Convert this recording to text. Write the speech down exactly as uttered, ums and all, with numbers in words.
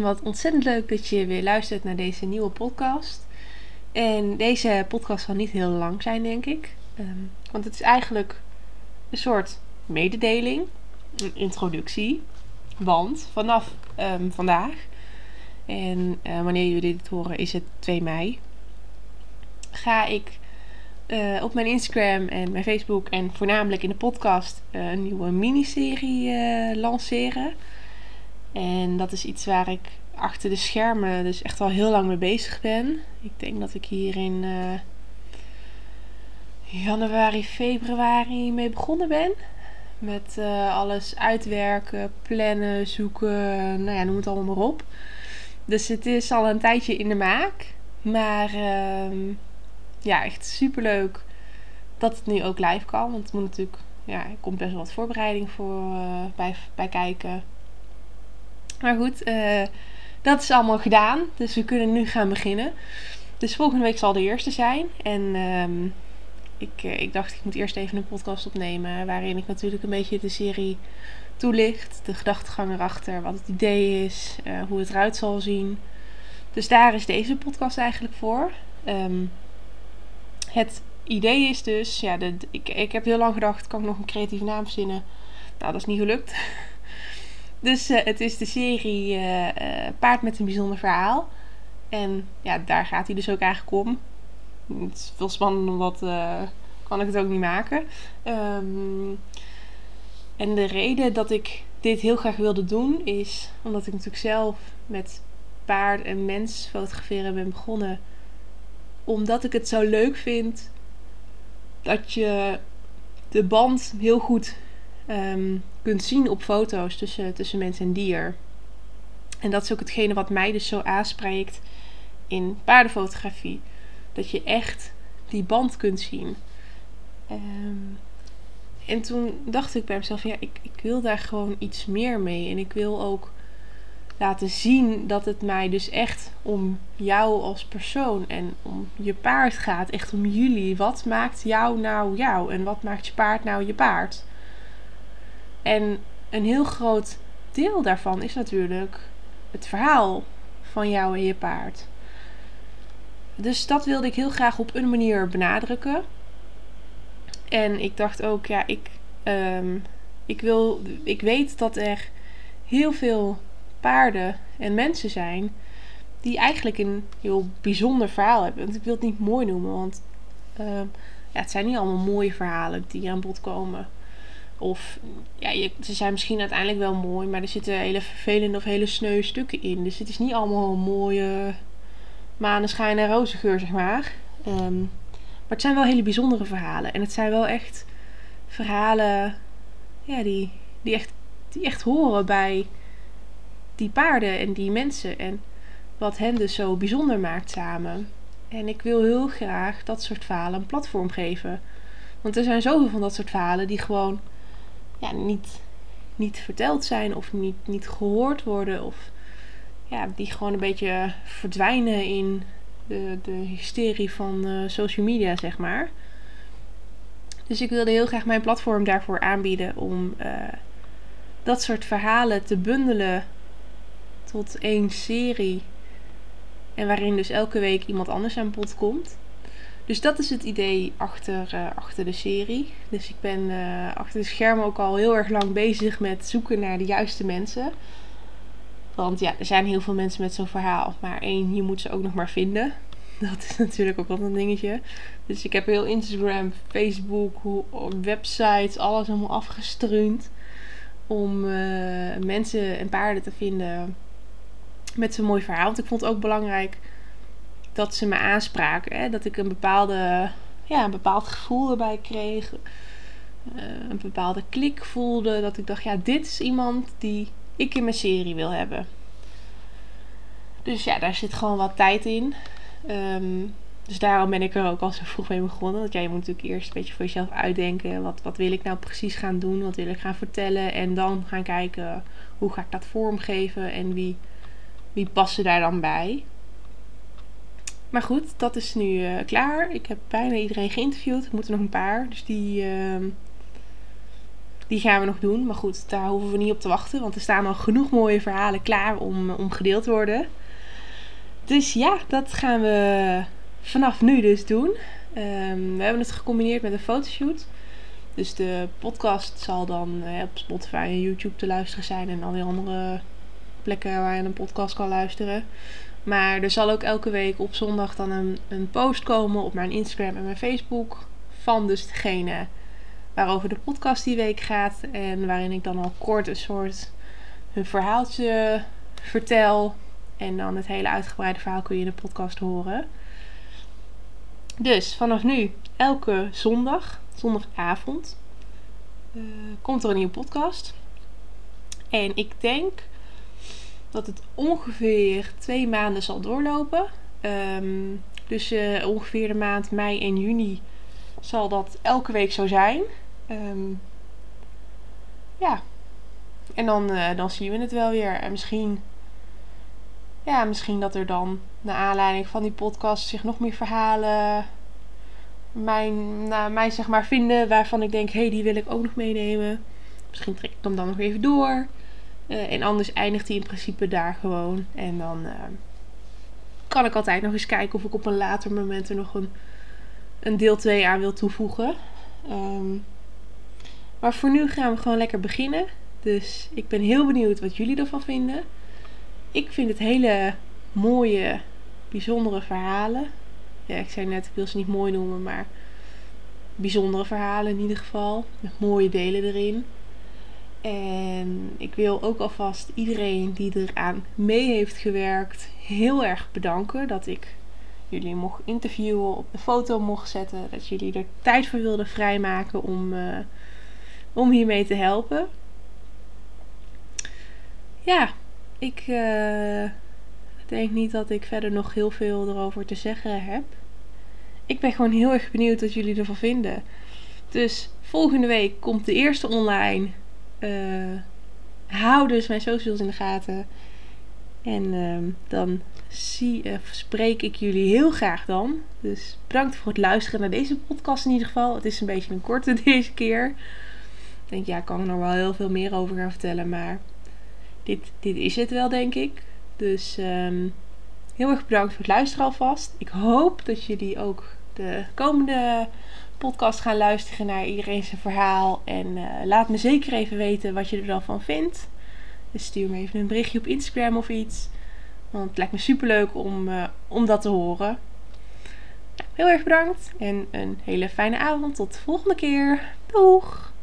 wat ontzettend leuk dat je weer luistert naar deze nieuwe podcast. En deze podcast zal niet heel lang zijn, denk ik. Um, want het is eigenlijk een soort mededeling, een introductie. Want vanaf um, vandaag, en uh, wanneer jullie dit horen is het twee mei, ga ik uh, op mijn Instagram en mijn Facebook en voornamelijk in de podcast uh, een nieuwe miniserie uh, lanceren. En dat is iets waar ik achter de schermen dus echt al heel lang mee bezig ben. Ik denk dat ik hier in uh, januari, februari mee begonnen ben. Met uh, alles uitwerken, plannen, zoeken, nou ja, noem het allemaal maar op. Dus het is al een tijdje in de maak. Maar uh, ja, echt superleuk dat het nu ook live kan. Want het moet natuurlijk, ja, er komt best wel wat voorbereiding voor uh, bij, bij kijken. Maar goed, uh, dat is allemaal gedaan. Dus we kunnen nu gaan beginnen. Dus volgende week zal de eerste zijn. En um, ik, uh, ik dacht, ik moet eerst even een podcast opnemen. Waarin ik natuurlijk een beetje de serie toelicht. De gedachtegang erachter. Wat het idee is. Uh, hoe het eruit zal zien. Dus daar is deze podcast eigenlijk voor. Um, het idee is dus... Ja, de, de, ik, ik heb heel lang gedacht, kan ik nog een creatieve naam verzinnen? Nou, dat is niet gelukt. Dus uh, het is de serie uh, uh, Paard met een bijzonder verhaal. En ja, daar gaat hij dus ook eigenlijk om. Het is veel spannender, omdat uh, kan ik het ook niet maken. Um, en de reden dat ik dit heel graag wilde doen is omdat ik natuurlijk zelf met paard en mens fotograferen ben begonnen. Omdat ik het zo leuk vind dat je de band heel goed um, kunt zien op foto's tussen, tussen mens en dier. En dat is ook hetgene wat mij dus zo aanspreekt in paardenfotografie. Dat je echt die band kunt zien. Um, en toen dacht ik bij mezelf, ja, ik, ik wil daar gewoon iets meer mee. En ik wil ook laten zien dat het mij dus echt om jou als persoon en om je paard gaat. Echt om jullie. Wat maakt jou nou jou? En wat maakt je paard nou je paard? En een heel groot deel daarvan is natuurlijk het verhaal van jou en je paard. Dus dat wilde ik heel graag op een manier benadrukken. En ik dacht ook, ja, ik, um, ik, wil, ik weet dat er heel veel paarden en mensen zijn die eigenlijk een heel bijzonder verhaal hebben. Want ik wil het niet mooi noemen, want uh, ja, het zijn niet allemaal mooie verhalen die aan bod komen. Of ja, je, ze zijn misschien uiteindelijk wel mooi, maar er zitten hele vervelende of hele sneu stukken in. Dus het is niet allemaal een mooie maneschijn en roze geur, zeg maar. Um, maar het zijn wel hele bijzondere verhalen. En het zijn wel echt verhalen ja, die, die, echt, die echt horen bij die paarden en die mensen. En wat hen dus zo bijzonder maakt samen. En ik wil heel graag dat soort verhalen een platform geven. Want er zijn zoveel van dat soort verhalen die gewoon ja, niet, niet verteld zijn of niet, niet gehoord worden. Of ja, die gewoon een beetje verdwijnen in de, de hysterie van uh, social media, zeg maar. Dus ik wilde heel graag mijn platform daarvoor aanbieden om uh, dat soort verhalen te bundelen tot één serie. En waarin dus elke week iemand anders aan bod komt. Dus dat is het idee achter, uh, achter de serie. Dus ik ben uh, achter de schermen ook al heel erg lang bezig met zoeken naar de juiste mensen. Want ja, er zijn heel veel mensen met zo'n verhaal. Maar één, je moet ze ook nog maar vinden. Dat is natuurlijk ook wel een dingetje. Dus ik heb heel Instagram, Facebook, websites, alles allemaal afgestruind. Om uh, mensen en paarden te vinden met zo'n mooi verhaal. Want ik vond het ook belangrijk dat ze me aanspraken. Hè? Dat ik een bepaalde, ja, een bepaald gevoel erbij kreeg. Uh, een bepaalde klik voelde. Dat ik dacht, ja, dit is iemand die ik in mijn serie wil hebben. Dus ja, daar zit gewoon wat tijd in. Um, dus daarom ben ik er ook al zo vroeg mee begonnen. Want ja, je moet natuurlijk eerst een beetje voor jezelf uitdenken. Wat, wat wil ik nou precies gaan doen? Wat wil ik gaan vertellen? En dan gaan kijken, hoe ga ik dat vormgeven? En wie, wie passen daar dan bij? Maar goed, dat is nu uh, klaar. Ik heb bijna iedereen geïnterviewd. Er moeten nog een paar. Dus die, uh, Die gaan we nog doen. Maar goed, daar hoeven we niet op te wachten. Want er staan al genoeg mooie verhalen klaar om, om gedeeld te worden. Dus ja, dat gaan we vanaf nu dus doen. Um, we hebben het gecombineerd met een fotoshoot. Dus de podcast zal dan eh, op Spotify en YouTube te luisteren zijn. En al die andere plekken waar je een podcast kan luisteren. Maar er zal ook elke week op zondag dan een, een post komen op mijn Instagram en mijn Facebook. Van dus degene waarover de podcast die week gaat. En waarin ik dan al kort een soort een verhaaltje vertel. En dan het hele uitgebreide verhaal kun je in de podcast horen. Dus vanaf nu, elke zondag, zondagavond, uh, komt er een nieuwe podcast. En ik denk dat het ongeveer twee maanden zal doorlopen. Um, dus uh, ongeveer de maand mei en juni zal dat elke week zo zijn. Um, ja. En dan, uh, dan zien we het wel weer. En misschien, ja, misschien dat er dan, naar aanleiding van die podcast, zich nog meer verhalen mijn, nou, mij zeg maar vinden waarvan ik denk, hé, hey, die wil ik ook nog meenemen. Misschien trek ik hem dan nog even door. Uh, en anders eindigt hij in principe daar gewoon. En dan uh, kan ik altijd nog eens kijken of ik op een later moment er nog een, een deel twee aan wil toevoegen. Um, maar voor nu gaan we gewoon lekker beginnen. Dus ik ben heel benieuwd wat jullie ervan vinden. Ik vind het hele mooie, bijzondere verhalen. Ja, ik zei net, ik wil ze niet mooi noemen, maar bijzondere verhalen in ieder geval. Met mooie delen erin. En ik wil ook alvast iedereen die eraan mee heeft gewerkt heel erg bedanken. Dat ik jullie mocht interviewen, op de foto mocht zetten. Dat jullie er tijd voor wilden vrijmaken om, uh, om hiermee te helpen. Ja, ik uh, denk niet dat ik verder nog heel veel erover te zeggen heb. Ik ben gewoon heel erg benieuwd wat jullie ervan vinden. Dus volgende week komt de eerste online. Uh, hou dus mijn socials in de gaten. En uh, dan zie, uh, spreek ik jullie heel graag dan. Dus bedankt voor het luisteren naar deze podcast in ieder geval. Het is een beetje een korte deze keer. Ik denk, ja, ik kan er nog wel heel veel meer over gaan vertellen. Maar dit, dit is het wel, denk ik. Dus um, heel erg bedankt voor het luisteren alvast. Ik hoop dat jullie ook de komende podcast gaan luisteren naar iedereen zijn verhaal. En uh, laat me zeker even weten wat je er dan van vindt. Dus stuur me even een berichtje op Instagram of iets. Want het lijkt me superleuk om, uh, om dat te horen. Nou, heel erg bedankt. En een hele fijne avond. Tot de volgende keer. Doeg!